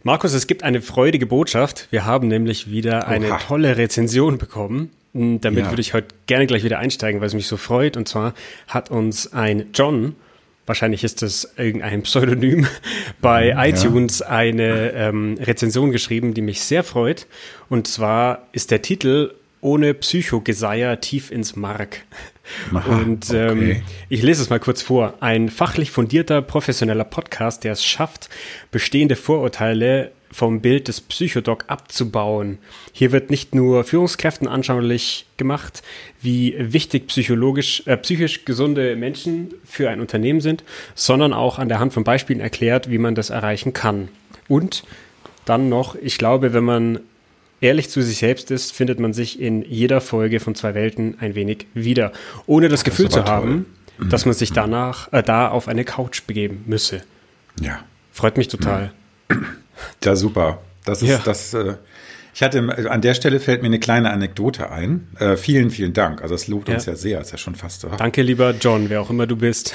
Markus, es gibt eine freudige Botschaft. Wir haben nämlich wieder eine tolle Rezension bekommen. Damit würde ich heute gerne gleich wieder einsteigen, weil es mich so freut. Und zwar hat uns ein John, wahrscheinlich ist das irgendein Pseudonym, bei iTunes eine Rezension geschrieben, die mich sehr freut. Und zwar ist der Titel „Ohne Psychogeseier tief ins Mark". Und ich lese es mal kurz vor. Ein fachlich fundierter, professioneller Podcast, der es schafft, bestehende Vorurteile vom Bild des Psychodoc abzubauen. Hier wird nicht nur Führungskräften anschaulich gemacht, wie wichtig psychisch gesunde Menschen für ein Unternehmen sind, sondern auch an der Hand von Beispielen erklärt, wie man das erreichen kann. Und dann noch, ich glaube, wenn man ehrlich zu sich selbst ist, findet man sich in jeder Folge von Zwei Welten ein wenig wieder, ohne das Gefühl zu haben, dass man sich danach da auf eine Couch begeben müsse. Ja. Freut mich total. Ja, super. Das ist ich hatte, an der Stelle fällt mir eine kleine Anekdote ein. Vielen, vielen Dank. Also es lobt uns ja sehr. Ist ja schon fast so. Danke, lieber John, wer auch immer du bist.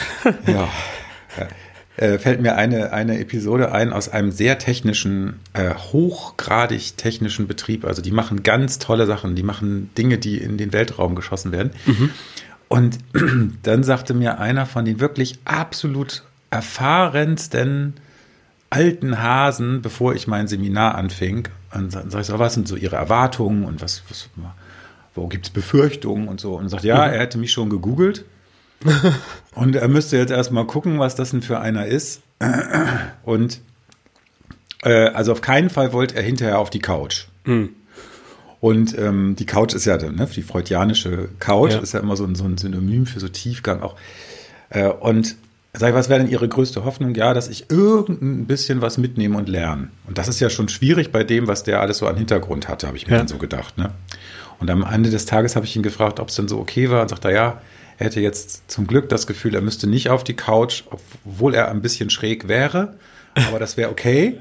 Fällt mir eine Episode ein aus einem sehr technischen, hochgradig technischen Betrieb. Also die machen ganz tolle Sachen. Die machen Dinge, die in den Weltraum geschossen werden. Und dann sagte mir einer von den wirklich absolut erfahrensten alten Hasen, bevor ich mein Seminar anfing, und dann sag ich so, was sind so Ihre Erwartungen und wo gibt es Befürchtungen und so. Und sagt, er hätte mich schon gegoogelt und er müsste jetzt erstmal gucken, was das denn für einer ist. Und also auf keinen Fall wollte er hinterher auf die Couch. Und die Couch ist ja, die freudianische Couch ist ja immer so ein Synonym für so Tiefgang auch. Und sag ich, was wäre denn Ihre größte Hoffnung? Ja, dass ich irgendein bisschen was mitnehme und lerne. Und das ist ja schon schwierig bei dem, was der alles so an Hintergrund hatte, habe ich mir dann so gedacht. Ne? Und am Ende des Tages habe ich ihn gefragt, ob es denn so okay war. Und sagt er, er hätte jetzt zum Glück das Gefühl, er müsste nicht auf die Couch, obwohl er ein bisschen schräg wäre. Aber das wäre okay.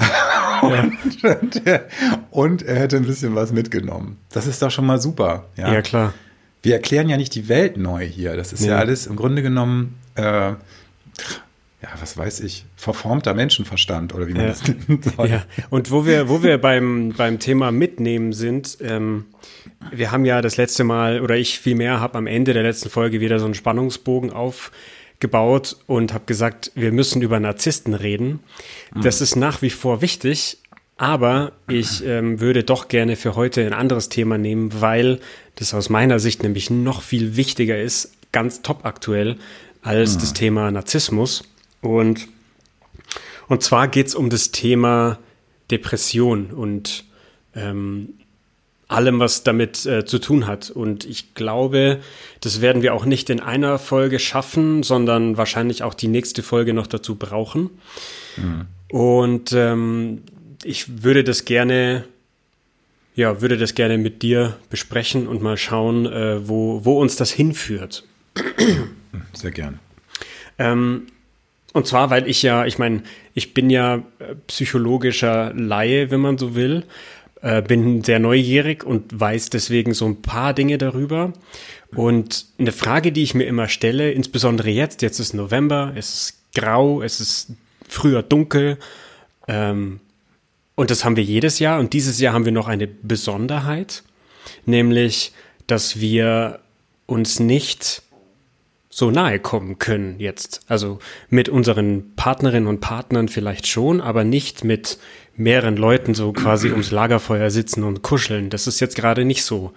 Und er hätte ein bisschen was mitgenommen. Das ist doch schon mal super. Ja, klar. Wir erklären ja nicht die Welt neu hier. Das ist ja alles im Grunde genommen was weiß ich, verformter Menschenverstand oder wie man das nennen soll. Ja. Und wo wir beim Thema Mitnehmen sind, wir haben ja das letzte Mal, oder ich vielmehr, habe am Ende der letzten Folge wieder so einen Spannungsbogen aufgebaut und habe gesagt, wir müssen über Narzissten reden. Das ist nach wie vor wichtig, aber ich würde doch gerne für heute ein anderes Thema nehmen, weil das aus meiner Sicht nämlich noch viel wichtiger ist, ganz top aktuell, als das Thema Narzissmus. Und zwar geht es um das Thema Depression und allem, was damit zu tun hat. Und ich glaube, das werden wir auch nicht in einer Folge schaffen, sondern wahrscheinlich auch die nächste Folge noch dazu brauchen. Und ich würde das gerne mit dir besprechen und mal schauen, wo uns das hinführt. Sehr gern. Und zwar, weil ich bin ja psychologischer Laie, wenn man so will, bin sehr neugierig und weiß deswegen so ein paar Dinge darüber. Und eine Frage, die ich mir immer stelle, insbesondere jetzt ist November, es ist grau, es ist früher dunkel, und das haben wir jedes Jahr. Und dieses Jahr haben wir noch eine Besonderheit, nämlich, dass wir uns nicht so nahe kommen können jetzt. Also mit unseren Partnerinnen und Partnern vielleicht schon, aber nicht mit mehreren Leuten so quasi ums Lagerfeuer sitzen und kuscheln. Das ist jetzt gerade nicht so.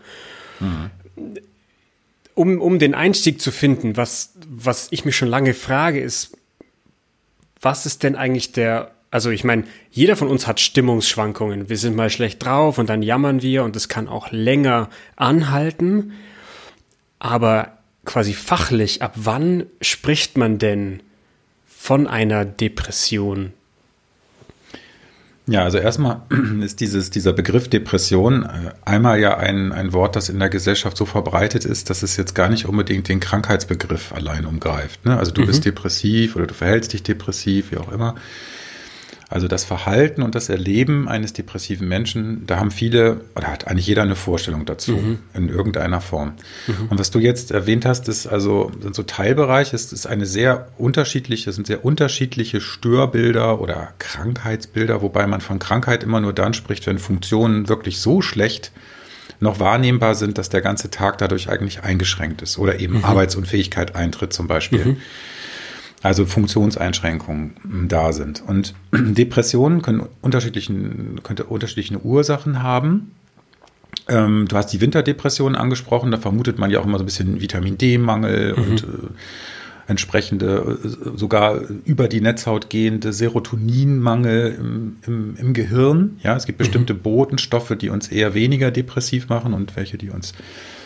Um den Einstieg zu finden, was ich mich schon lange frage, ist, was ist denn eigentlich also ich meine, jeder von uns hat Stimmungsschwankungen. Wir sind mal schlecht drauf und dann jammern wir und es kann auch länger anhalten. Aber quasi fachlich, ab wann spricht man denn von einer Depression? Ja, also erstmal ist dieser Begriff Depression einmal ja ein Wort, das in der Gesellschaft so verbreitet ist, dass es jetzt gar nicht unbedingt den Krankheitsbegriff allein umgreift. Ne? Also du bist depressiv oder du verhältst dich depressiv, wie auch immer. Also das Verhalten und das Erleben eines depressiven Menschen, da haben viele, oder hat eigentlich jeder eine Vorstellung dazu, in irgendeiner Form. Und was du jetzt erwähnt hast, sind so Teilbereiche, es ist sind sehr unterschiedliche Störbilder oder Krankheitsbilder, wobei man von Krankheit immer nur dann spricht, wenn Funktionen wirklich so schlecht noch wahrnehmbar sind, dass der ganze Tag dadurch eigentlich eingeschränkt ist oder eben Arbeitsunfähigkeit eintritt zum Beispiel. Also Funktionseinschränkungen da sind. Und Depressionen könnte unterschiedliche Ursachen haben. Du hast die Winterdepression angesprochen, da vermutet man ja auch immer so ein bisschen Vitamin-D-Mangel und entsprechende, sogar über die Netzhaut gehende Serotoninmangel im Gehirn. Ja, es gibt bestimmte Botenstoffe, die uns eher weniger depressiv machen und welche, die uns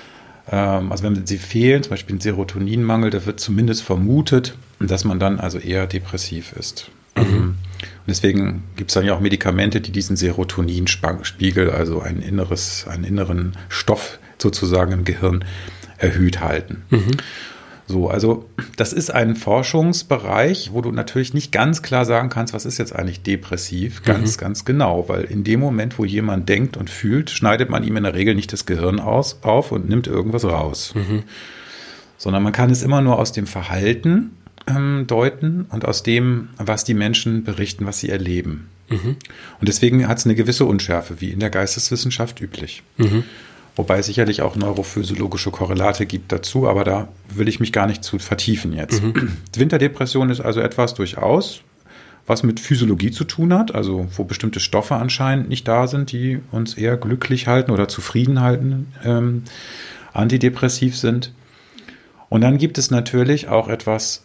also wenn sie fehlen, zum Beispiel ein Serotoninmangel, da wird zumindest vermutet, dass man dann also eher depressiv ist. Und deswegen gibt es dann ja auch Medikamente, die diesen Serotoninspiegel, also einen inneren Stoff sozusagen im Gehirn erhöht halten. So, also das ist ein Forschungsbereich, wo du natürlich nicht ganz klar sagen kannst, was ist jetzt eigentlich depressiv, ganz genau, weil in dem Moment, wo jemand denkt und fühlt, schneidet man ihm in der Regel nicht das Gehirn auf und nimmt irgendwas raus, sondern man kann es immer nur aus dem Verhalten deuten und aus dem, was die Menschen berichten, was sie erleben. Und deswegen hat es eine gewisse Unschärfe, wie in der Geisteswissenschaft üblich. Wobei es sicherlich auch neurophysiologische Korrelate gibt dazu, aber da will ich mich gar nicht zu vertiefen jetzt. Winterdepression ist also etwas durchaus, was mit Physiologie zu tun hat, also wo bestimmte Stoffe anscheinend nicht da sind, die uns eher glücklich halten oder zufrieden halten, antidepressiv sind. Und dann gibt es natürlich auch etwas,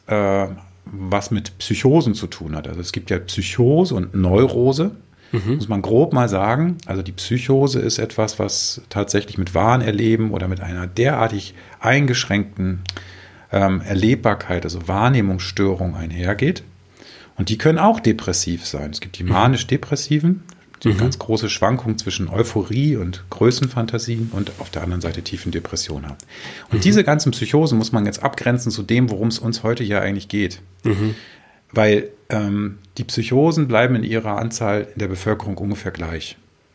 was mit Psychosen zu tun hat. Also es gibt ja Psychose und Neurose. Muss man grob mal sagen. Also die Psychose ist etwas, was tatsächlich mit Wahnerleben oder mit einer derartig eingeschränkten Erlebbarkeit, also Wahrnehmungsstörung einhergeht. Und die können auch depressiv sein. Es gibt die manisch-depressiven, die ganz große Schwankungen zwischen Euphorie und Größenfantasien und auf der anderen Seite tiefen Depressionen haben. Und diese ganzen Psychosen muss man jetzt abgrenzen zu dem, worum es uns heute ja eigentlich geht. Weil die Psychosen bleiben in ihrer Anzahl in der Bevölkerung ungefähr gleich.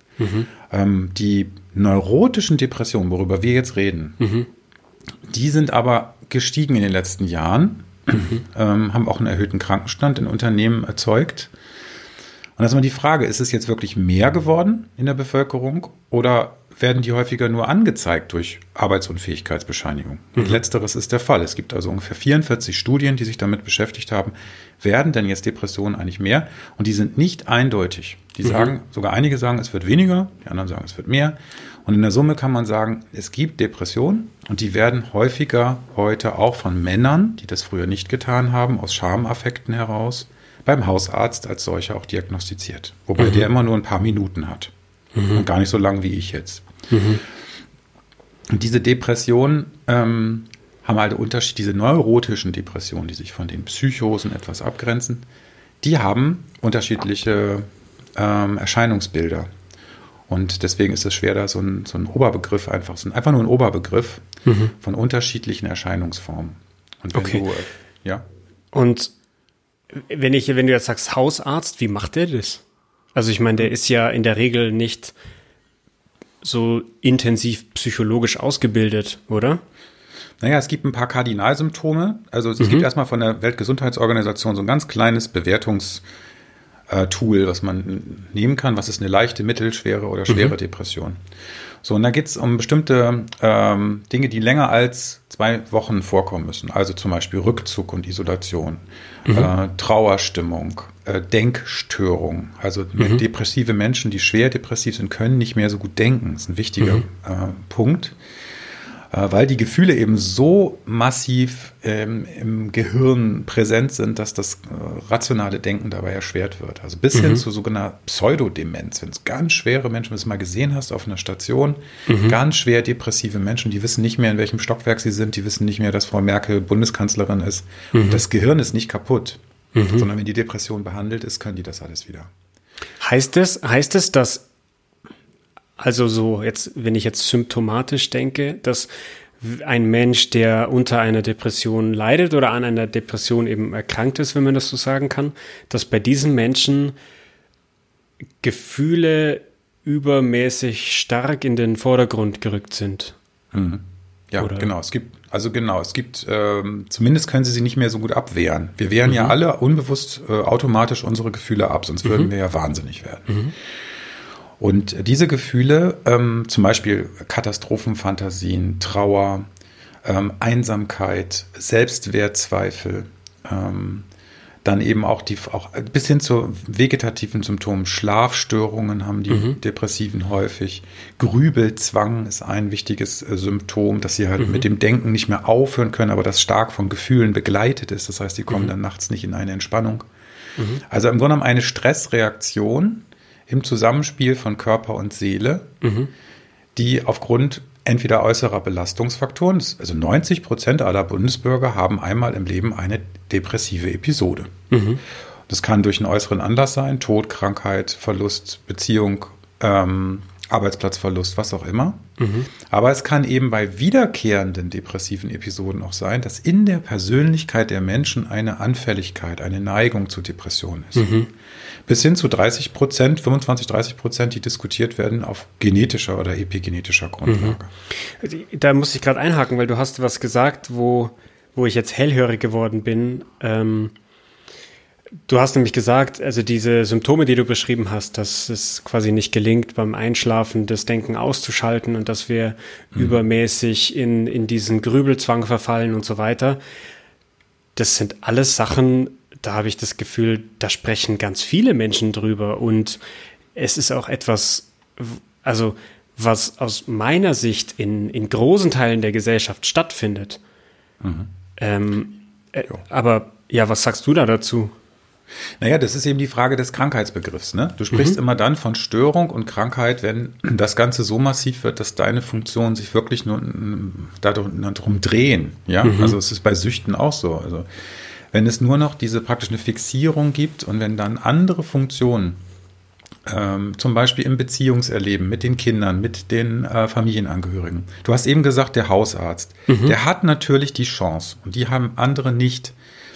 Die neurotischen Depressionen, worüber wir jetzt reden, die sind aber gestiegen in den letzten Jahren, haben auch einen erhöhten Krankenstand in Unternehmen erzeugt. Und das ist immer die Frage, ist es jetzt wirklich mehr geworden in der Bevölkerung oder werden die häufiger nur angezeigt durch Arbeitsunfähigkeitsbescheinigung? Letzteres ist der Fall. Es gibt also ungefähr 44 Studien, die sich damit beschäftigt haben, werden denn jetzt Depressionen eigentlich mehr? Und die sind nicht eindeutig. Die sagen, sogar einige sagen, es wird weniger, die anderen sagen, es wird mehr. Und in der Summe kann man sagen, es gibt Depressionen und die werden häufiger heute auch von Männern, die das früher nicht getan haben, aus Schamaffekten heraus, beim Hausarzt als solcher auch diagnostiziert. Wobei der immer nur ein paar Minuten hat. Und gar nicht so lang wie ich jetzt. Und diese Depressionen haben halt Unterschied, diese neurotischen Depressionen, die sich von den Psychosen etwas abgrenzen, die haben unterschiedliche Erscheinungsbilder. Und deswegen ist es schwer, da so ein Oberbegriff einfach nur ein Oberbegriff von unterschiedlichen Erscheinungsformen. Und wenn ja. Und wenn du jetzt sagst Hausarzt, wie macht der das? Also ich meine, der ist ja in der Regel nicht so intensiv psychologisch ausgebildet, oder? Naja, es gibt ein paar Kardinalsymptome. Also es gibt erstmal von der Weltgesundheitsorganisation so ein ganz kleines Bewertungstool, was man nehmen kann. Was ist eine leichte, mittelschwere oder schwere Depression? So, und da geht es um bestimmte Dinge, die länger als 2 Wochen vorkommen müssen. Also zum Beispiel Rückzug und Isolation, Trauerstimmung, Denkstörung. Also depressive Menschen, die schwer depressiv sind, können nicht mehr so gut denken. Das ist ein wichtiger Punkt. Weil die Gefühle eben so massiv im Gehirn präsent sind, dass das rationale Denken dabei erschwert wird. Also bis hin zu sogenannter Pseudodemenz. Wenn es ganz schwere Menschen, wenn du es mal gesehen hast auf einer Station, ganz schwer depressive Menschen, die wissen nicht mehr, in welchem Stockwerk sie sind, die wissen nicht mehr, dass Frau Merkel Bundeskanzlerin ist. Und das Gehirn ist nicht kaputt, sondern wenn die Depression behandelt ist, können die das alles wieder. Heißt es, dass also so jetzt, wenn ich jetzt symptomatisch denke, dass ein Mensch, der unter einer Depression leidet oder an einer Depression eben erkrankt ist, wenn man das so sagen kann, dass bei diesen Menschen Gefühle übermäßig stark in den Vordergrund gerückt sind. Mhm. Ja, oder? Genau. Es gibt, zumindest können sie nicht mehr so gut abwehren. Wir wehren ja alle unbewusst automatisch unsere Gefühle ab, sonst würden wir ja wahnsinnig werden. Mhm. Und diese Gefühle, zum Beispiel Katastrophenfantasien, Trauer, Einsamkeit, Selbstwertzweifel, dann eben auch bis hin zu vegetativen Symptomen, Schlafstörungen haben die Depressiven häufig, Grübelzwang ist ein wichtiges Symptom, dass sie halt mit dem Denken nicht mehr aufhören können, aber das stark von Gefühlen begleitet ist, das heißt, die kommen dann nachts nicht in eine Entspannung. Also im Grunde genommen eine Stressreaktion im Zusammenspiel von Körper und Seele, die aufgrund entweder äußerer Belastungsfaktoren, also 90% aller Bundesbürger haben einmal im Leben eine depressive Episode. Das kann durch einen äußeren Anlass sein, Tod, Krankheit, Verlust, Beziehung, Arbeitsplatzverlust, was auch immer. Aber es kann eben bei wiederkehrenden depressiven Episoden auch sein, dass in der Persönlichkeit der Menschen eine Anfälligkeit, eine Neigung zu Depressionen ist. Bis hin zu 25-30%, die diskutiert werden auf genetischer oder epigenetischer Grundlage. Da muss ich gerade einhaken, weil du hast was gesagt, wo ich jetzt hellhörig geworden bin. Du hast nämlich gesagt, also diese Symptome, die du beschrieben hast, dass es quasi nicht gelingt, beim Einschlafen das Denken auszuschalten und dass wir übermäßig in diesen Grübelzwang verfallen und so weiter. Das sind alles Sachen, da habe ich das Gefühl, da sprechen ganz viele Menschen drüber und es ist auch etwas, also was aus meiner Sicht in großen Teilen der Gesellschaft stattfindet. Aber ja, was sagst du da dazu? Naja, das ist eben die Frage des Krankheitsbegriffs. Ne? Du sprichst immer dann von Störung und Krankheit, wenn das Ganze so massiv wird, dass deine Funktionen sich wirklich nur darum drehen. Ja? Also es ist bei Süchten auch so. Also wenn es nur noch praktisch eine Fixierung gibt und wenn dann andere Funktionen, zum Beispiel im Beziehungserleben mit den Kindern, mit den Familienangehörigen. Du hast eben gesagt, der Hausarzt, der hat natürlich die Chance, und die haben andere nicht,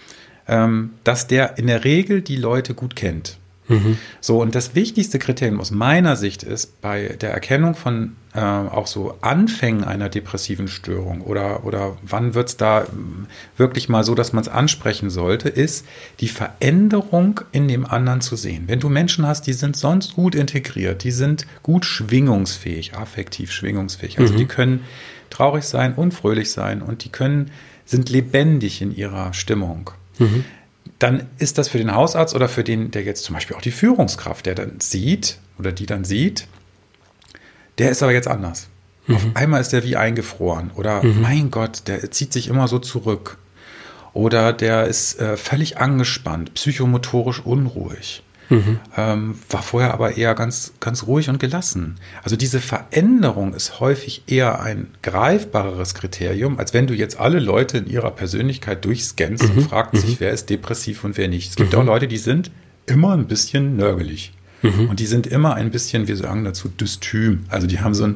dass der in der Regel die Leute gut kennt. So, und das wichtigste Kriterium aus meiner Sicht ist, bei der Erkennung von auch so Anfängen einer depressiven Störung oder wann wird es da wirklich mal so, dass man es ansprechen sollte, ist die Veränderung in dem anderen zu sehen. Wenn du Menschen hast, die sind sonst gut integriert, die sind gut schwingungsfähig, affektiv schwingungsfähig, also die können traurig sein und fröhlich sein und sind lebendig in ihrer Stimmung. Dann ist das für den Hausarzt oder für den, der jetzt zum Beispiel auch die Führungskraft, der dann sieht oder die dann sieht, der ist aber jetzt anders. Auf einmal ist der wie eingefroren oder mein Gott, der zieht sich immer so zurück oder der ist völlig angespannt, psychomotorisch unruhig. War vorher aber eher ganz, ganz ruhig und gelassen. Also diese Veränderung ist häufig eher ein greifbareres Kriterium, als wenn du jetzt alle Leute in ihrer Persönlichkeit durchscannst und fragst sich, wer ist depressiv und wer nicht. Es gibt auch Leute, die sind immer ein bisschen nörgelig. Und die sind immer ein bisschen, wir sagen dazu, dystym. Also die haben so ein,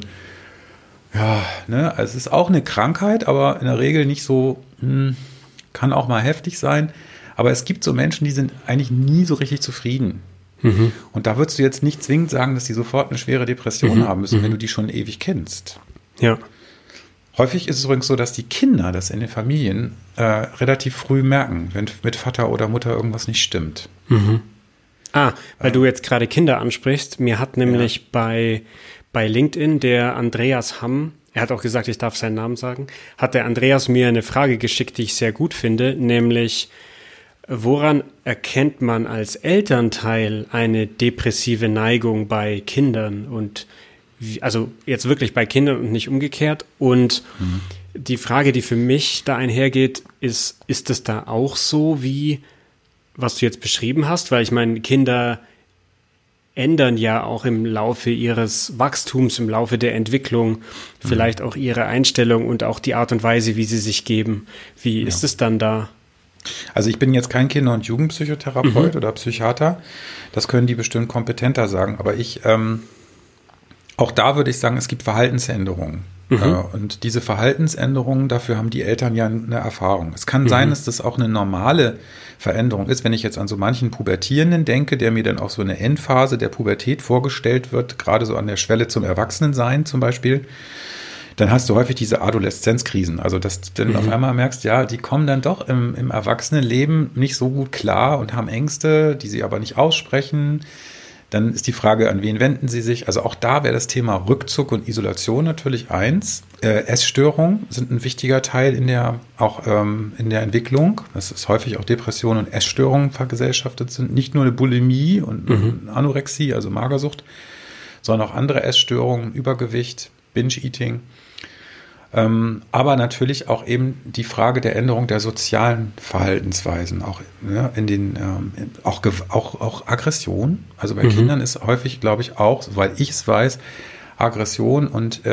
also es ist auch eine Krankheit, aber in der Regel nicht so, kann auch mal heftig sein. Aber es gibt so Menschen, die sind eigentlich nie so richtig zufrieden. Und da würdest du jetzt nicht zwingend sagen, dass die sofort eine schwere Depression haben müssen, wenn du die schon ewig kennst. Ja. Häufig ist es übrigens so, dass die Kinder das in den Familien relativ früh merken, wenn mit Vater oder Mutter irgendwas nicht stimmt. Weil du jetzt gerade Kinder ansprichst. Mir hat nämlich bei LinkedIn der Andreas Hamm, er hat auch gesagt, ich darf seinen Namen sagen, hat der Andreas mir eine Frage geschickt, die ich sehr gut finde, nämlich woran erkennt man als Elternteil eine depressive Neigung bei Kindern und also jetzt wirklich bei Kindern und nicht umgekehrt und die Frage, die für mich da einhergeht, ist es da auch so wie was du jetzt beschrieben hast, weil ich meine, Kinder ändern ja auch im Laufe ihres Wachstums, im Laufe der Entwicklung vielleicht auch ihre Einstellung und auch die Art und Weise, wie sie sich geben. Wie ist es dann da? Also ich bin jetzt kein Kinder- und Jugendpsychotherapeut oder Psychiater. Das können die bestimmt kompetenter sagen. Aber auch da würde ich sagen, es gibt Verhaltensänderungen. Und diese Verhaltensänderungen, dafür haben die Eltern ja eine Erfahrung. Es kann sein, dass das auch eine normale Veränderung ist, wenn ich jetzt an so manchen Pubertierenden denke, der mir dann auch so eine Endphase der Pubertät vorgestellt wird, gerade so an der Schwelle zum Erwachsenensein zum Beispiel, dann hast du häufig diese Adoleszenzkrisen. Also, dass du dann auf einmal merkst, ja, die kommen dann doch im Erwachsenenleben nicht so gut klar und haben Ängste, die sie aber nicht aussprechen. Dann ist die Frage, an wen wenden sie sich? Also auch da wäre das Thema Rückzug und Isolation natürlich eins. Essstörungen sind ein wichtiger Teil in der Entwicklung. Das ist häufig auch Depressionen und Essstörungen vergesellschaftet sind. Nicht nur eine Bulimie und Anorexie, also Magersucht, sondern auch andere Essstörungen, Übergewicht, Binge-Eating. Aber natürlich auch eben die Frage der Änderung der sozialen Verhaltensweisen, auch auch Aggression. Also bei Kindern ist häufig, glaube ich, auch, soweit ich es weiß, Aggression und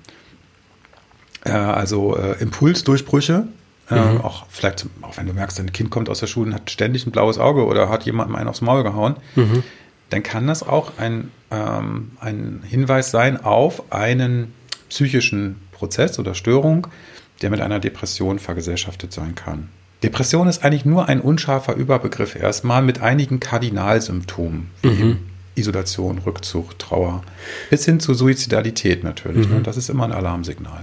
Impulsdurchbrüche. Auch vielleicht, auch wenn du merkst, dein Kind kommt aus der Schule und hat ständig ein blaues Auge oder hat jemandem einen aufs Maul gehauen, dann kann das auch ein Hinweis sein auf einen psychischen Prozess oder Störung, der mit einer Depression vergesellschaftet sein kann. Depression ist eigentlich nur ein unscharfer Überbegriff erstmal mit einigen Kardinalsymptomen, wie Isolation, Rückzug, Trauer, bis hin zur Suizidalität natürlich. Ne? Das ist immer ein Alarmsignal.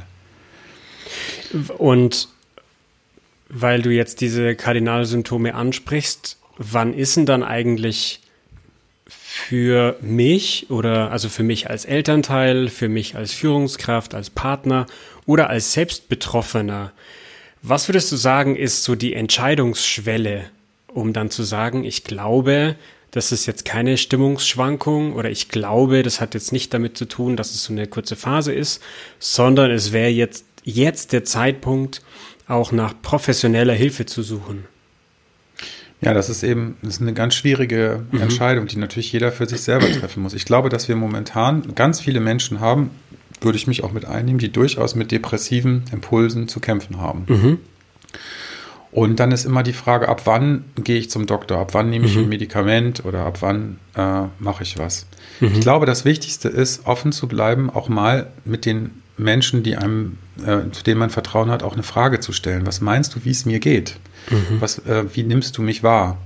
Und weil du jetzt diese Kardinalsymptome ansprichst, wann ist denn dann eigentlich für mich also für mich als Elternteil, für mich als Führungskraft, als Partner oder als Selbstbetroffener, was würdest du sagen, ist so die Entscheidungsschwelle, um dann zu sagen, ich glaube, das ist jetzt keine Stimmungsschwankung oder ich glaube, das hat jetzt nicht damit zu tun, dass es so eine kurze Phase ist, sondern es wäre jetzt der Zeitpunkt, auch nach professioneller Hilfe zu suchen? Ja, das ist eine ganz schwierige Entscheidung, die natürlich jeder für sich selber treffen muss. Ich glaube, dass wir momentan ganz viele Menschen haben, würde ich mich auch mit einnehmen, die durchaus mit depressiven Impulsen zu kämpfen haben. Und dann ist immer die Frage, ab wann gehe ich zum Doktor, ab wann nehme ich ein Medikament oder ab wann mache ich was. Ich glaube, das Wichtigste ist, offen zu bleiben, auch mal mit den Menschen, zu denen man Vertrauen hat, auch eine Frage zu stellen. Was meinst du, wie es mir geht? Wie nimmst du mich wahr?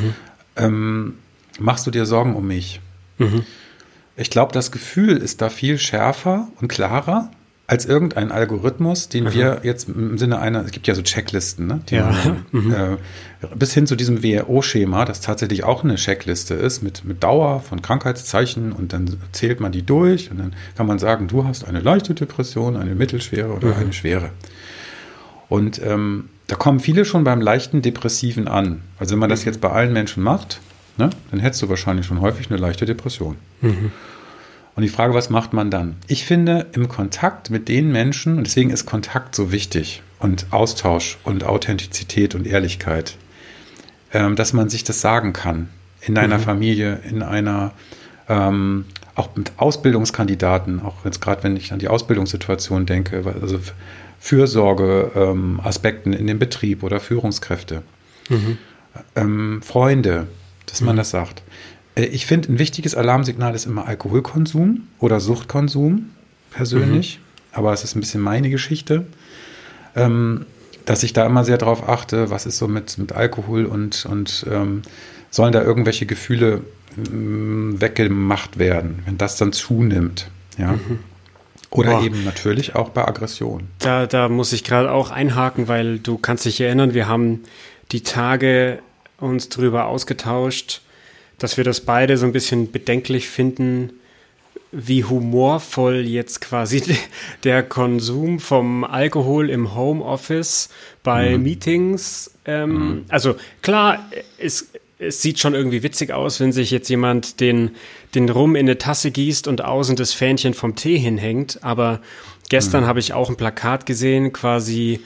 Machst du dir Sorgen um mich? Ich glaube, das Gefühl ist da viel schärfer und klarer als irgendein Algorithmus, den wir jetzt im Sinne es gibt ja so Checklisten, ne, bis hin zu diesem WHO-Schema, das tatsächlich auch eine Checkliste ist mit Dauer von Krankheitszeichen und dann zählt man die durch und dann kann man sagen, du hast eine leichte Depression, eine mittelschwere oder eine schwere. Und da kommen viele schon beim leichten Depressiven an. Also wenn man das jetzt bei allen Menschen macht, ne, dann hättest du wahrscheinlich schon häufig eine leichte Depression. Und die Frage, was macht man dann? Ich finde, im Kontakt mit den Menschen, und deswegen ist Kontakt so wichtig und Austausch und Authentizität und Ehrlichkeit, dass man sich das sagen kann. In einer Familie, in einer, auch mit Ausbildungskandidaten, auch jetzt gerade, wenn ich an die Ausbildungssituation denke, also Fürsorge, Aspekten in dem Betrieb oder Führungskräfte, Freunde, dass man das sagt. Ich finde, ein wichtiges Alarmsignal ist immer Alkoholkonsum oder Suchtkonsum, persönlich. Aber es ist ein bisschen meine Geschichte, dass ich da immer sehr drauf achte, was ist so mit Alkohol und sollen da irgendwelche Gefühle weggemacht werden, wenn das dann zunimmt. Ja. Oder eben natürlich auch bei Aggression. Da muss ich gerade auch einhaken, weil du kannst dich erinnern, wir haben die Tage uns drüber ausgetauscht, dass wir das beide so ein bisschen bedenklich finden, wie humorvoll jetzt quasi der Konsum vom Alkohol im Homeoffice bei Meetings, also klar, es sieht schon irgendwie witzig aus, wenn sich jetzt jemand den Rum in eine Tasse gießt und außen das Fähnchen vom Tee hinhängt, aber gestern habe ich auch ein Plakat gesehen, quasi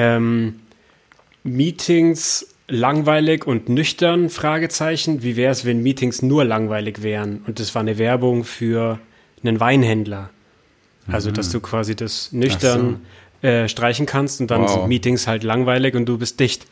Meetings langweilig und nüchtern, Fragezeichen. Wie wäre es, wenn Meetings nur langweilig wären? Und das war eine Werbung für einen Weinhändler. Also, dass du quasi das nüchtern streichen kannst und dann sind Meetings halt langweilig und du bist dicht.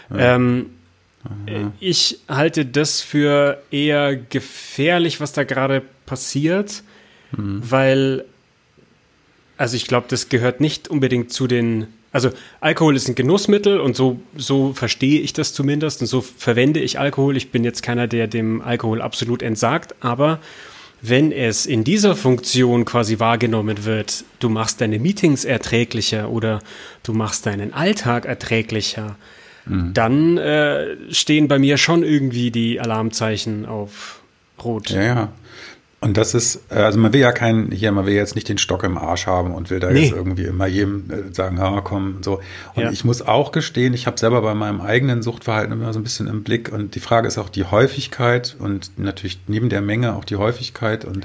Ich halte das für eher gefährlich, was da gerade passiert, weil Also ich glaube, das gehört nicht unbedingt zu den, also Alkohol ist ein Genussmittel und so verstehe ich das zumindest und so verwende ich Alkohol. Ich bin jetzt keiner, der dem Alkohol absolut entsagt, aber wenn es in dieser Funktion quasi wahrgenommen wird, du machst deine Meetings erträglicher oder du machst deinen Alltag erträglicher, dann stehen bei mir schon irgendwie die Alarmzeichen auf Rot. Ja. Und das ist, also man will jetzt nicht den Stock im Arsch haben und will da jetzt irgendwie immer jedem sagen, komm und so. Und ich muss auch gestehen, ich habe selber bei meinem eigenen Suchtverhalten immer so ein bisschen im Blick und die Frage ist auch die Häufigkeit und natürlich neben der Menge auch die Häufigkeit und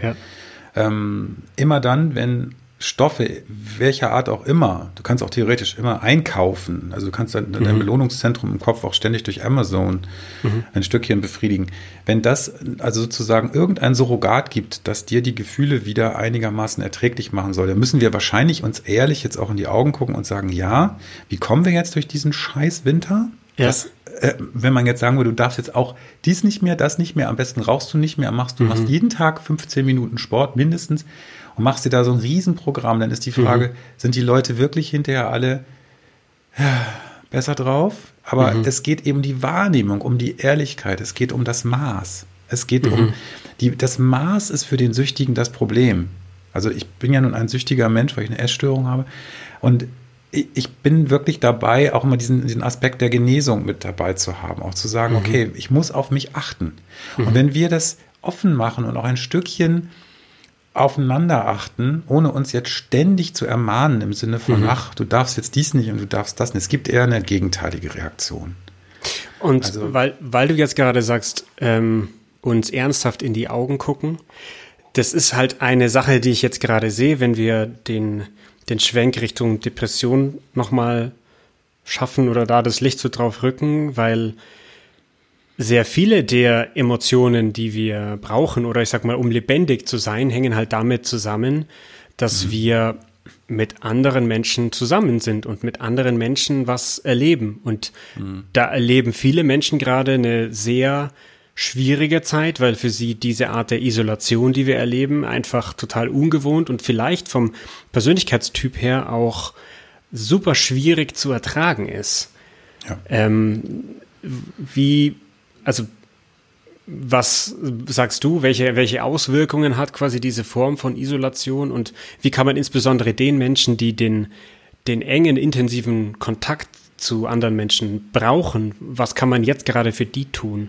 immer dann, wenn Stoffe, welcher Art auch immer, du kannst auch theoretisch immer einkaufen, also du kannst dein Belohnungszentrum im Kopf auch ständig durch Amazon ein Stückchen befriedigen. Wenn das also sozusagen irgendein Surrogat gibt, das dir die Gefühle wieder einigermaßen erträglich machen soll, dann müssen wir wahrscheinlich uns ehrlich jetzt auch in die Augen gucken und sagen, ja, wie kommen wir jetzt durch diesen scheiß Winter? Ja. Wenn man jetzt sagen würde, du darfst jetzt auch dies nicht mehr, das nicht mehr, am besten rauchst du nicht mehr, machst jeden Tag 15 Minuten Sport mindestens und machst dir da so ein Riesenprogramm, dann ist die Frage, sind die Leute wirklich hinterher alle besser drauf? Aber es geht eben die Wahrnehmung, um die Ehrlichkeit, es geht um das Maß. Es geht das Maß ist für den Süchtigen das Problem. Also ich bin ja nun ein süchtiger Mensch, weil ich eine Essstörung habe und ich bin wirklich dabei, auch immer diesen Aspekt der Genesung mit dabei zu haben, auch zu sagen, okay, ich muss auf mich achten. Und wenn wir das offen machen und auch ein Stückchen aufeinander achten, ohne uns jetzt ständig zu ermahnen im Sinne von, du darfst jetzt dies nicht und du darfst das nicht. Es gibt eher eine gegenteilige Reaktion. Und also, weil du jetzt gerade sagst, uns ernsthaft in die Augen gucken, das ist halt eine Sache, die ich jetzt gerade sehe, wenn wir den Schwenk Richtung Depression nochmal schaffen oder da das Licht so drauf rücken, weil sehr viele der Emotionen, die wir brauchen, oder ich sag mal, um lebendig zu sein, hängen halt damit zusammen, dass wir mit anderen Menschen zusammen sind und mit anderen Menschen was erleben. Und da erleben viele Menschen gerade eine sehr schwierige Zeit, weil für sie diese Art der Isolation, die wir erleben, einfach total ungewohnt und vielleicht vom Persönlichkeitstyp her auch super schwierig zu ertragen ist. Ja. Was sagst du, welche Auswirkungen hat quasi diese Form von Isolation und wie kann man insbesondere den Menschen, die den engen, intensiven Kontakt zu anderen Menschen brauchen, was kann man jetzt gerade für die tun?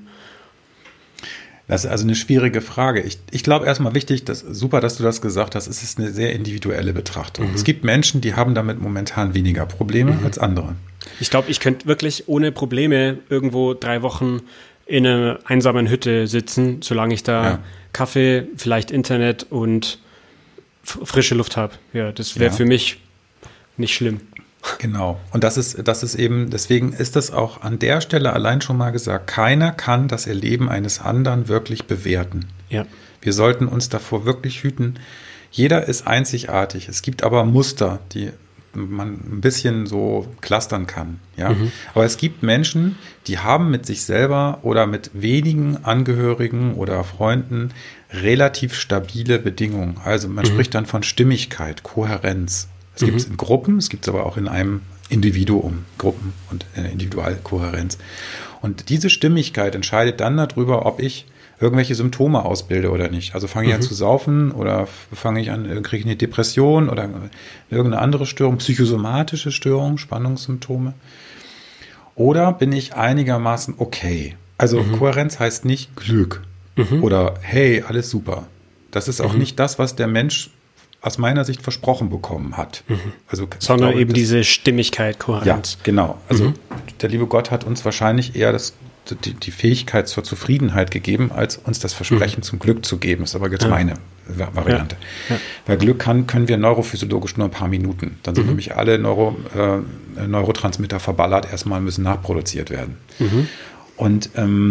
Das ist also eine schwierige Frage. Ich glaube erstmal wichtig, super, dass du das gesagt hast, es ist eine sehr individuelle Betrachtung. Es gibt Menschen, die haben damit momentan weniger Probleme als andere. Ich glaube, ich könnte wirklich ohne Probleme irgendwo 3 Wochen in einer einsamen Hütte sitzen, solange ich da Kaffee, vielleicht Internet und frische Luft habe. Ja, das wäre für mich nicht schlimm. Genau. Und das ist eben, deswegen ist das auch an der Stelle allein schon mal gesagt, keiner kann das Erleben eines anderen wirklich bewerten. Ja. Wir sollten uns davor wirklich hüten. Jeder ist einzigartig. Es gibt aber Muster, die man ein bisschen so clustern kann. Ja? Aber es gibt Menschen, die haben mit sich selber oder mit wenigen Angehörigen oder Freunden relativ stabile Bedingungen. Also man spricht dann von Stimmigkeit, Kohärenz. Es gibt es in Gruppen, es gibt es aber auch in einem Individuum, Gruppen und Individualkohärenz. Und diese Stimmigkeit entscheidet dann darüber, ob ich irgendwelche Symptome ausbilde oder nicht. Also fange ich an zu saufen oder fange ich an, kriege ich eine Depression oder irgendeine andere Störung, psychosomatische Störung, Spannungssymptome. Oder bin ich einigermaßen okay? Also Kohärenz heißt nicht Glück oder hey, alles super. Das ist auch nicht das, was der Mensch aus meiner Sicht versprochen bekommen hat. Also, sondern glaube, eben diese Stimmigkeit, Kohärenz. Ja, genau. Also der liebe Gott hat uns wahrscheinlich eher die Fähigkeit zur Zufriedenheit gegeben, als uns das Versprechen zum Glück zu geben. Das ist aber jetzt meine Variante. Ja. Weil Glück können wir neurophysiologisch nur ein paar Minuten. Dann sind nämlich alle Neurotransmitter verballert, erstmal müssen nachproduziert werden. Und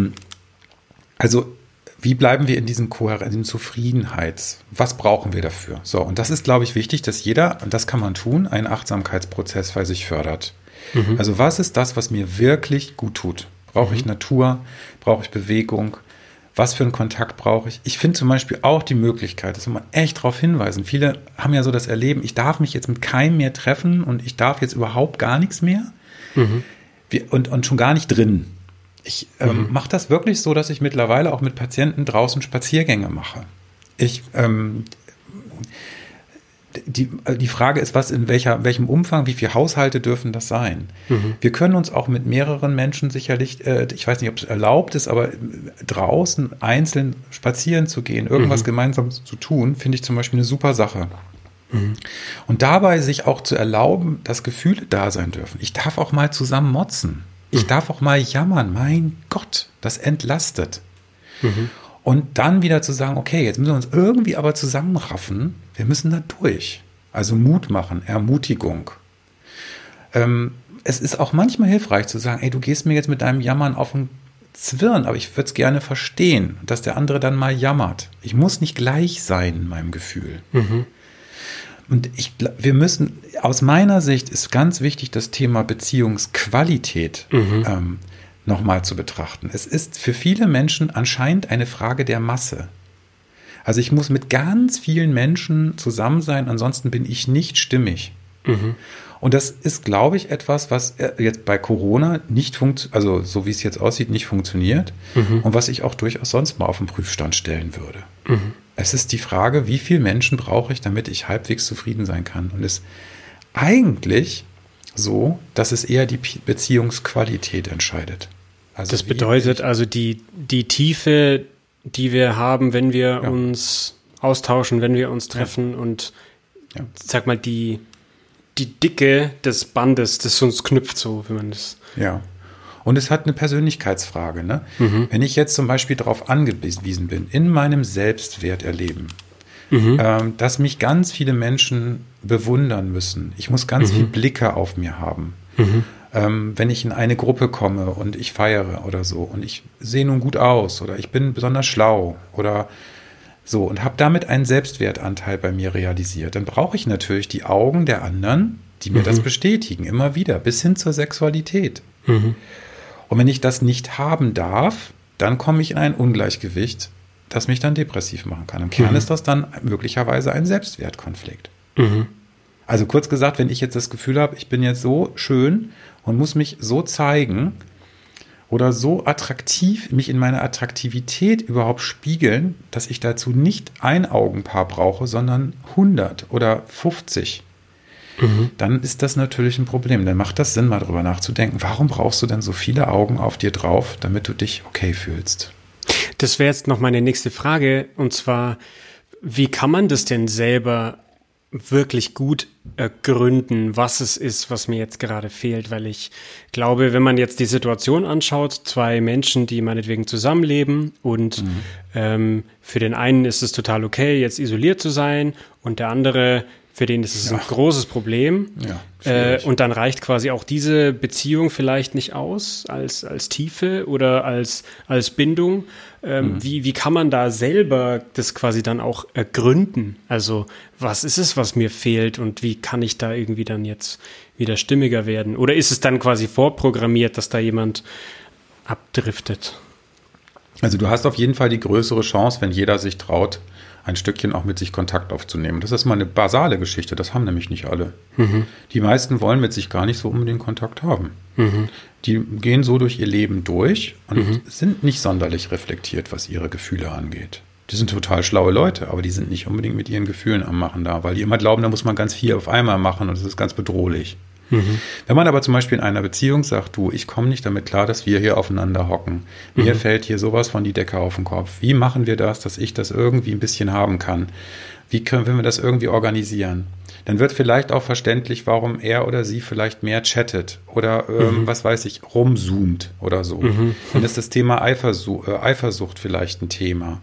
also wie bleiben wir in diesem Zufriedenheits? Was brauchen wir dafür? So, und das ist, glaube ich, wichtig, dass jeder, und das kann man tun, einen Achtsamkeitsprozess bei sich fördert. Also was ist das, was mir wirklich gut tut? Brauche ich Natur? Brauche ich Bewegung? Was für einen Kontakt brauche ich? Ich finde zum Beispiel auch die Möglichkeit, das muss man echt darauf hinweisen. Viele haben ja so das Erleben, ich darf mich jetzt mit keinem mehr treffen und ich darf jetzt überhaupt gar nichts mehr und schon gar nicht drin. Ich mache das wirklich so, dass ich mittlerweile auch mit Patienten draußen Spaziergänge mache. Die Frage ist, was in welchem Umfang, wie viele Haushalte dürfen das sein? Wir können uns auch mit mehreren Menschen sicherlich, ich weiß nicht, ob es erlaubt ist, aber draußen einzeln spazieren zu gehen, irgendwas gemeinsam zu tun, finde ich zum Beispiel eine super Sache. Und dabei sich auch zu erlauben, dass Gefühle da sein dürfen. Ich darf auch mal zusammen motzen. Ich darf auch mal jammern. Mein Gott, das entlastet. Und dann wieder zu sagen, okay, jetzt müssen wir uns irgendwie aber zusammenraffen. Wir müssen da durch. Also Mut machen, Ermutigung. Es ist auch manchmal hilfreich zu sagen, ey, du gehst mir jetzt mit deinem Jammern auf den Zwirn, aber ich würde es gerne verstehen, dass der andere dann mal jammert. Ich muss nicht gleich sein in meinem Gefühl. Und wir müssen, aus meiner Sicht ist ganz wichtig, das Thema Beziehungsqualität nochmal zu betrachten. Es ist für viele Menschen anscheinend eine Frage der Masse. Also ich muss mit ganz vielen Menschen zusammen sein, ansonsten bin ich nicht stimmig. Und das ist, glaube ich, etwas, was jetzt bei Corona nicht funktioniert, also so wie es jetzt aussieht, nicht funktioniert und was ich auch durchaus sonst mal auf den Prüfstand stellen würde. Es ist die Frage, wie viele Menschen brauche ich, damit ich halbwegs zufrieden sein kann. Und es ist eigentlich so, dass es eher die Beziehungsqualität entscheidet. Also das bedeutet also die Tiefe, die wir haben, wenn wir uns austauschen, wenn wir uns treffen und sag mal die Dicke des Bandes, das uns knüpft, so wie man das. Ja. Und es hat eine Persönlichkeitsfrage, ne? Wenn ich jetzt zum Beispiel darauf angewiesen bin, in meinem Selbstwerterleben, dass mich ganz viele Menschen bewundern müssen. Ich muss ganz viele Blicke auf mir haben. Wenn ich in eine Gruppe komme und ich feiere oder so und ich sehe nun gut aus oder ich bin besonders schlau oder so und habe damit einen Selbstwertanteil bei mir realisiert, dann brauche ich natürlich die Augen der anderen, die mir das bestätigen, immer wieder, bis hin zur Sexualität. Und wenn ich das nicht haben darf, dann komme ich in ein Ungleichgewicht, das mich dann depressiv machen kann. Im Kern ist das dann möglicherweise ein Selbstwertkonflikt. Also kurz gesagt, wenn ich jetzt das Gefühl habe, ich bin jetzt so schön und muss mich so zeigen oder so attraktiv, mich in meiner Attraktivität überhaupt spiegeln, dass ich dazu nicht ein Augenpaar brauche, sondern 100 oder 50, dann ist das natürlich ein Problem. Dann macht das Sinn, mal drüber nachzudenken, warum brauchst du denn so viele Augen auf dir drauf, damit du dich okay fühlst? Das wäre jetzt noch meine nächste Frage, und zwar, wie kann man das denn selber wirklich gut ergründen, was es ist, was mir jetzt gerade fehlt? Weil ich glaube, wenn man jetzt die Situation anschaut, zwei Menschen, die meinetwegen zusammenleben und für den einen ist es total okay, jetzt isoliert zu sein, und der andere, für den ist es ein großes Problem. Und dann reicht quasi auch diese Beziehung vielleicht nicht aus als Tiefe oder als Bindung. Wie kann man da selber das quasi dann auch ergründen? Also was ist es, was mir fehlt, und wie kann ich da irgendwie dann jetzt wieder stimmiger werden? Oder ist es dann quasi vorprogrammiert, dass da jemand abdriftet? Also du hast auf jeden Fall die größere Chance, wenn jeder sich traut, ein Stückchen auch mit sich Kontakt aufzunehmen. Das ist mal eine basale Geschichte, das haben nämlich nicht alle. Die meisten wollen mit sich gar nicht so unbedingt Kontakt haben. Die gehen so durch ihr Leben durch und sind nicht sonderlich reflektiert, was ihre Gefühle angeht. Die sind total schlaue Leute, aber die sind nicht unbedingt mit ihren Gefühlen am Machen da, weil die immer glauben, da muss man ganz viel auf einmal machen und das ist ganz bedrohlich. Wenn man aber zum Beispiel in einer Beziehung sagt, du, ich komme nicht damit klar, dass wir hier aufeinander hocken. Mir fällt hier sowas von die Decke auf den Kopf. Wie machen wir das, dass ich das irgendwie ein bisschen haben kann? Wie können wir das irgendwie organisieren? Dann wird vielleicht auch verständlich, warum er oder sie vielleicht mehr chattet oder was weiß ich, rumzoomt oder so. Dann ist das Thema Eifersucht vielleicht ein Thema.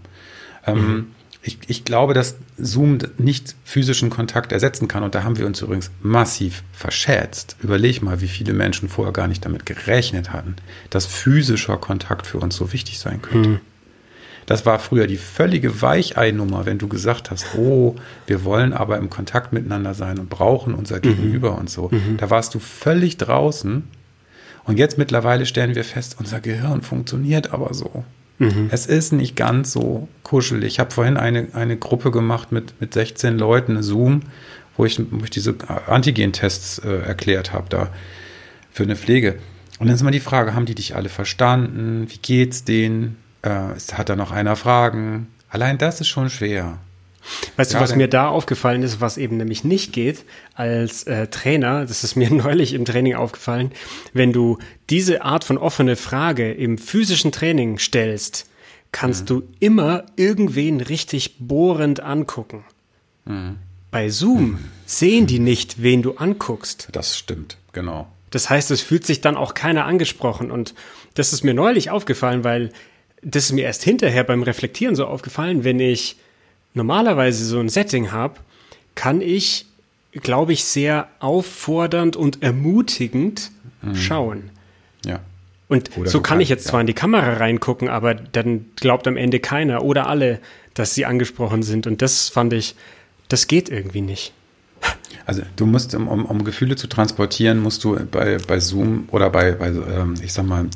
Ich glaube, dass Zoom nicht physischen Kontakt ersetzen kann. Und da haben wir uns übrigens massiv verschätzt. Überleg mal, wie viele Menschen vorher gar nicht damit gerechnet hatten, dass physischer Kontakt für uns so wichtig sein könnte. Das war früher die völlige Weichei-Nummer, wenn du gesagt hast, oh, wir wollen aber im Kontakt miteinander sein und brauchen unser Gegenüber und so. Da warst du völlig draußen. Und jetzt mittlerweile stellen wir fest, unser Gehirn funktioniert aber so. Es ist nicht ganz so kuschelig. Ich habe vorhin eine Gruppe gemacht mit 16 Leuten, eine Zoom, wo ich diese Antigen-Tests erklärt habe da für eine Pflege. Und dann ist immer die Frage, haben die dich alle verstanden? Wie geht's denen? Hat da noch einer Fragen? Allein das ist schon schwer. Weißt du, was mir da aufgefallen ist, was eben nämlich nicht geht als Trainer, das ist mir neulich im Training aufgefallen, wenn du diese Art von offene Frage im physischen Training stellst, kannst du immer irgendwen richtig bohrend angucken. Bei Zoom sehen die nicht, wen du anguckst. Das stimmt, genau. Das heißt, es fühlt sich dann auch keiner angesprochen. Und das ist mir neulich aufgefallen, weil das ist mir erst hinterher beim Reflektieren so aufgefallen, wenn ich normalerweise so ein Setting habe, kann ich, glaube ich, sehr auffordernd und ermutigend schauen. Ja. Und so kann ich jetzt zwar in die Kamera reingucken, aber dann glaubt am Ende keiner oder alle, dass sie angesprochen sind. Und das fand ich, das geht irgendwie nicht. Also du musst, um Gefühle zu transportieren, musst du bei Zoom oder bei ich sag mal,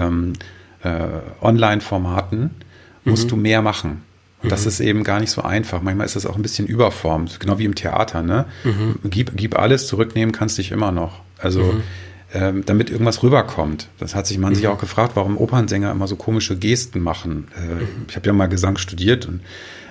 Online-Formaten, musst du mehr machen. Und das ist eben gar nicht so einfach. Manchmal ist das auch ein bisschen überformt, genau wie im Theater. Ne? Gib alles, zurücknehmen kannst dich immer noch. Also damit irgendwas rüberkommt. Das hat sich man sich auch gefragt, warum Opernsänger immer so komische Gesten machen. Ich habe ja mal Gesang studiert und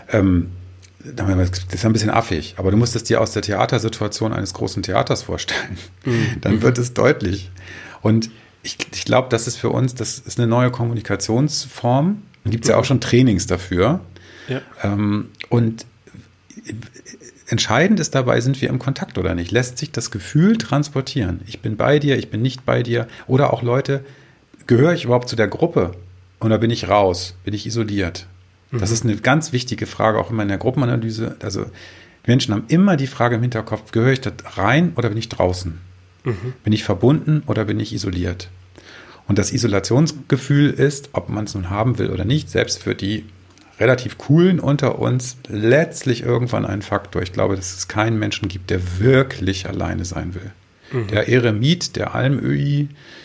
das ist ein bisschen affig, aber du musst es dir aus der Theatersituation eines großen Theaters vorstellen. Dann wird es deutlich. Und ich glaube, das ist für uns, das ist eine neue Kommunikationsform. Da gibt es ja auch schon Trainings dafür. Ja. Und entscheidend ist dabei, sind wir im Kontakt oder nicht? Lässt sich das Gefühl transportieren? Ich bin bei dir, ich bin nicht bei dir. Oder auch Leute, gehöre ich überhaupt zu der Gruppe? Oder bin ich raus? Bin ich isoliert? Das ist eine ganz wichtige Frage, auch immer in der Gruppenanalyse. Also Menschen haben immer die Frage im Hinterkopf, gehöre ich da rein oder bin ich draußen? Bin ich verbunden oder bin ich isoliert? Und das Isolationsgefühl ist, ob man es nun haben will oder nicht, selbst für die relativ coolen unter uns, letztlich irgendwann ein Faktor. Ich glaube, dass es keinen Menschen gibt, der wirklich alleine sein will. Der Eremit, der Almöhi,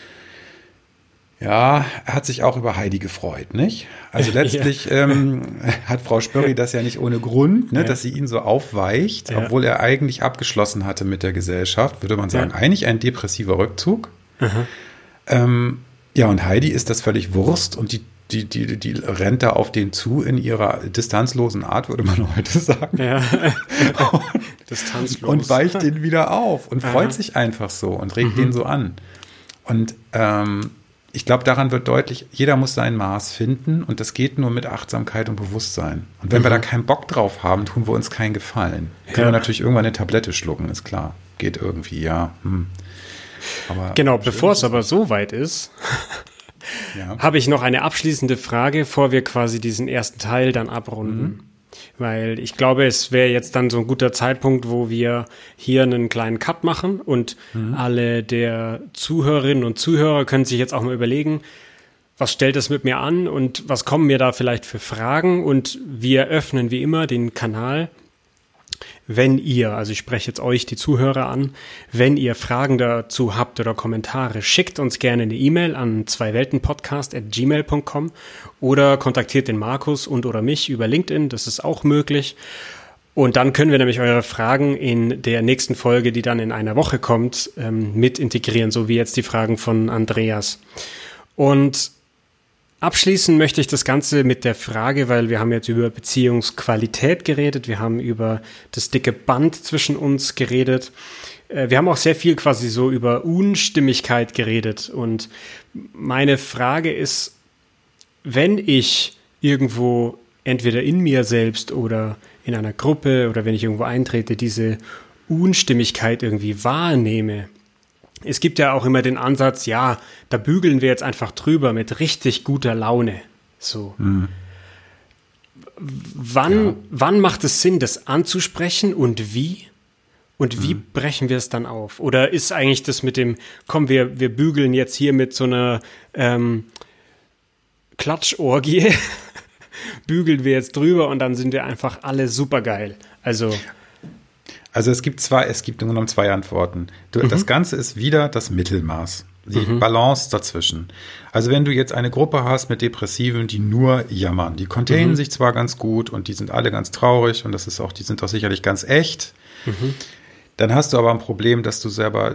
ja, er hat sich auch über Heidi gefreut, nicht? Also letztlich hat Frau Spörri das ja nicht ohne Grund, ne, dass sie ihn so aufweicht, obwohl er eigentlich abgeschlossen hatte mit der Gesellschaft, würde man sagen, eigentlich ein depressiver Rückzug. Ja, und Heidi ist das völlig Wurst und die rennt da auf den zu in ihrer distanzlosen Art, würde man heute sagen. Ja. Distanzlos. Und weicht den wieder auf und freut sich einfach so und regt den so an. Und ich glaube, daran wird deutlich, jeder muss sein Maß finden und das geht nur mit Achtsamkeit und Bewusstsein. Und wenn wir da keinen Bock drauf haben, tun wir uns keinen Gefallen. Können wir natürlich irgendwann eine Tablette schlucken, ist klar. Geht irgendwie, ja. Aber genau, bevor es aber so weit ist, habe ich noch eine abschließende Frage, bevor wir quasi diesen ersten Teil dann abrunden. Weil ich glaube, es wäre jetzt dann so ein guter Zeitpunkt, wo wir hier einen kleinen Cut machen und alle der Zuhörerinnen und Zuhörer können sich jetzt auch mal überlegen, was stellt das mit mir an und was kommen mir da vielleicht für Fragen, und wir öffnen wie immer den Kanal. Wenn ihr, also ich spreche jetzt euch, die Zuhörer an, wenn ihr Fragen dazu habt oder Kommentare, schickt uns gerne eine E-Mail an zweiweltenpodcast@gmail.com oder kontaktiert den Markus und oder mich über LinkedIn, das ist auch möglich. Und dann können wir nämlich eure Fragen in der nächsten Folge, die dann in einer Woche kommt, mit integrieren, so wie jetzt die Fragen von Andreas. Und abschließen möchte ich das Ganze mit der Frage, weil wir haben jetzt über Beziehungsqualität geredet, wir haben über das dicke Band zwischen uns geredet, wir haben auch sehr viel quasi so über Unstimmigkeit geredet, und meine Frage ist, wenn ich irgendwo entweder in mir selbst oder in einer Gruppe oder wenn ich irgendwo eintrete, diese Unstimmigkeit irgendwie wahrnehme. Es gibt ja auch immer den Ansatz, ja, da bügeln wir jetzt einfach drüber mit richtig guter Laune. So. Wann macht es Sinn, das anzusprechen und wie? Und wie brechen wir es dann auf? Oder ist eigentlich das mit dem, komm, wir bügeln jetzt hier mit so einer Klatschorgie, bügeln wir jetzt drüber und dann sind wir einfach alle supergeil. Also es gibt im Grunde genommen zwei Antworten. Das Ganze ist wieder das Mittelmaß. Die Balance dazwischen. Also wenn du jetzt eine Gruppe hast mit Depressiven, die nur jammern, die containen sich zwar ganz gut und die sind alle ganz traurig und das ist auch, die sind auch sicherlich ganz echt, dann hast du aber ein Problem, dass du selber,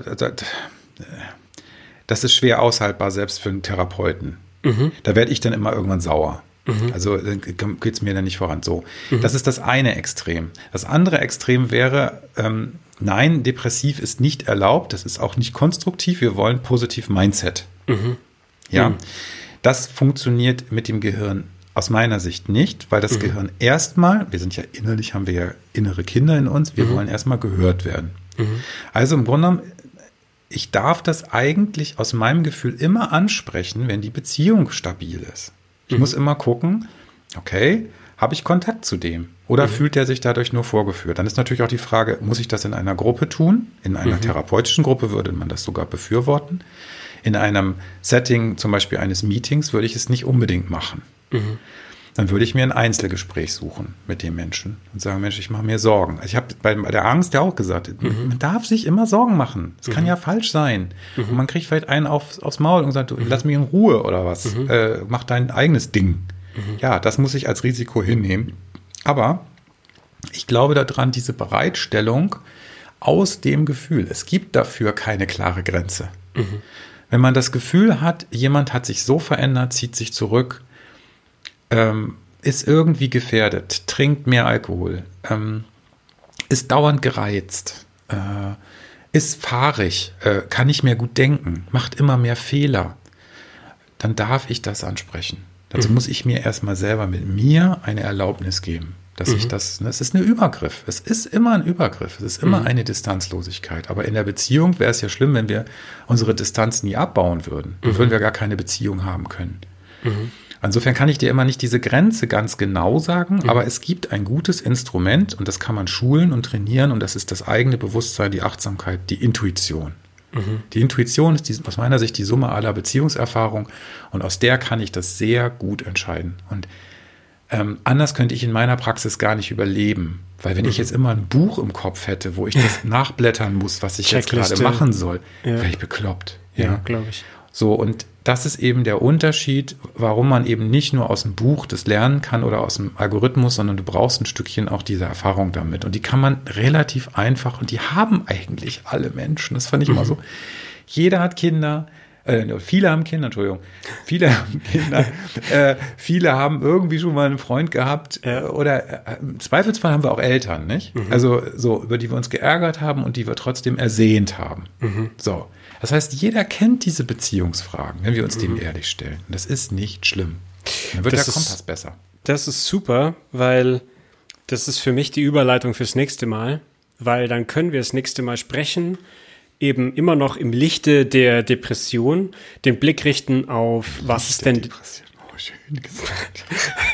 das ist schwer aushaltbar, selbst für einen Therapeuten. Da werde ich dann immer irgendwann sauer. Also geht es mir dann nicht voran. So, das ist das eine Extrem. Das andere Extrem wäre, nein, depressiv ist nicht erlaubt, das ist auch nicht konstruktiv, wir wollen positiv Mindset. Ja, das funktioniert mit dem Gehirn aus meiner Sicht nicht, weil das Gehirn erstmal, wir sind ja innerlich, haben wir ja innere Kinder in uns, wir wollen erstmal gehört werden. Also im Grunde genommen, ich darf das eigentlich aus meinem Gefühl immer ansprechen, wenn die Beziehung stabil ist. Ich muss immer gucken, okay, habe ich Kontakt zu dem? Oder fühlt der sich dadurch nur vorgeführt? Dann ist natürlich auch die Frage, muss ich das in einer Gruppe tun? In einer therapeutischen Gruppe würde man das sogar befürworten. In einem Setting, zum Beispiel eines Meetings, würde ich es nicht unbedingt machen. Dann würde ich mir ein Einzelgespräch suchen mit dem Menschen und sagen, Mensch, ich mache mir Sorgen. Also ich habe bei der Angst ja auch gesagt, man darf sich immer Sorgen machen. Das kann ja falsch sein. Und man kriegt vielleicht einen aufs Maul und sagt, lass mich in Ruhe oder was. Mach dein eigenes Ding. Ja, das muss ich als Risiko hinnehmen. Aber ich glaube daran, diese Bereitstellung aus dem Gefühl. Es gibt dafür keine klare Grenze. Wenn man das Gefühl hat, jemand hat sich so verändert, zieht sich zurück, ist irgendwie gefährdet, trinkt mehr Alkohol, ist dauernd gereizt, ist fahrig, kann nicht mehr gut denken, macht immer mehr Fehler, dann darf ich das ansprechen. Dazu muss ich mir erstmal selber mit mir eine Erlaubnis geben, dass ich das, es ist ein Übergriff, es ist immer ein Übergriff, es ist immer eine Distanzlosigkeit, aber in der Beziehung wäre es ja schlimm, wenn wir unsere Distanz nie abbauen würden, dann würden wir gar keine Beziehung haben können. Insofern kann ich dir immer nicht diese Grenze ganz genau sagen, aber es gibt ein gutes Instrument und das kann man schulen und trainieren und das ist das eigene Bewusstsein, die Achtsamkeit, die Intuition. Die Intuition ist aus meiner Sicht die Summe aller Beziehungserfahrung und aus der kann ich das sehr gut entscheiden. Und anders könnte ich in meiner Praxis gar nicht überleben, weil wenn ich jetzt immer ein Buch im Kopf hätte, wo ich das nachblättern muss, was ich jetzt gerade machen soll, wäre ich bekloppt. Ja, glaube ich. So, und das ist eben der Unterschied, warum man eben nicht nur aus dem Buch das lernen kann oder aus dem Algorithmus, sondern du brauchst ein Stückchen auch diese Erfahrung damit. Und die kann man relativ einfach, und die haben eigentlich alle Menschen, das fand ich immer so. Jeder hat Kinder, viele haben Kinder, viele haben irgendwie schon mal einen Freund gehabt oder im Zweifelsfall haben wir auch Eltern, nicht? Also so, über die wir uns geärgert haben und die wir trotzdem ersehnt haben. So. Das heißt, jeder kennt diese Beziehungsfragen, wenn wir uns dem ehrlich stellen. Und das ist nicht schlimm. Dann wird der Kompass besser. Das ist super, weil das ist für mich die Überleitung fürs nächste Mal, weil dann können wir das nächste Mal sprechen, eben immer noch im Lichte der Depression, den Blick richten auf, was ist denn... Depression. Oh, schön gesagt.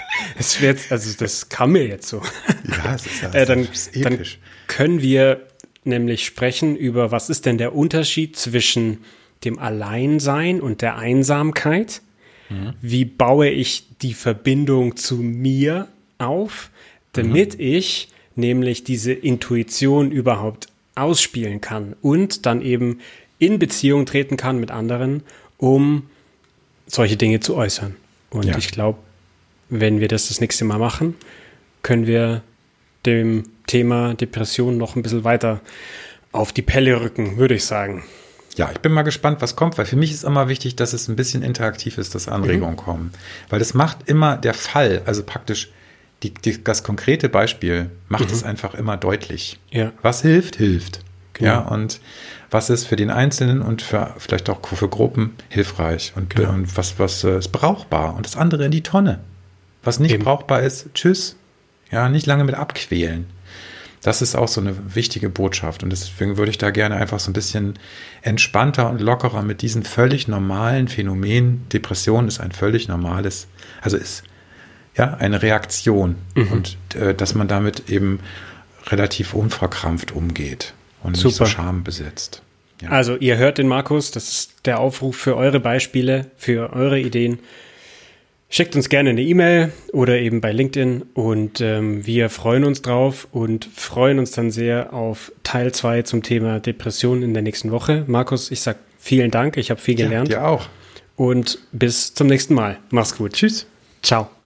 Es wird, also das kam mir jetzt so. Ja, es ist, das ist episch. Dann können wir nämlich sprechen über, was ist denn der Unterschied zwischen dem Alleinsein und der Einsamkeit? Wie baue ich die Verbindung zu mir auf, damit ich nämlich diese Intuition überhaupt ausspielen kann und dann eben in Beziehung treten kann mit anderen, um solche Dinge zu äußern. Und ich glaube, wenn wir das nächste Mal machen, können wir dem Thema Depression noch ein bisschen weiter auf die Pelle rücken, würde ich sagen. Ja, ich bin mal gespannt, was kommt, weil für mich ist immer wichtig, dass es ein bisschen interaktiv ist, dass Anregungen kommen. Weil das macht immer der Fall, also praktisch das konkrete Beispiel macht es einfach immer deutlich. Ja. Was hilft, hilft. Genau. Ja, und was ist für den Einzelnen und vielleicht auch für Gruppen hilfreich und was ist brauchbar und das andere in die Tonne. Was nicht brauchbar ist, tschüss. Ja, nicht lange mit abquälen. Das ist auch so eine wichtige Botschaft und deswegen würde ich da gerne einfach so ein bisschen entspannter und lockerer mit diesen völlig normalen Phänomenen. Depression ist ein völlig normales, also ist ja eine Reaktion und dass man damit eben relativ unverkrampft umgeht und nicht so schambesetzt. Ja. Also ihr hört den Markus, das ist der Aufruf für eure Beispiele, für eure Ideen. Schickt uns gerne eine E-Mail oder eben bei LinkedIn und wir freuen uns drauf und freuen uns dann sehr auf Teil 2 zum Thema Depression in der nächsten Woche. Markus, ich sag vielen Dank, ich habe viel gelernt. Ja, dir auch. Und bis zum nächsten Mal. Mach's gut. Tschüss. Ciao.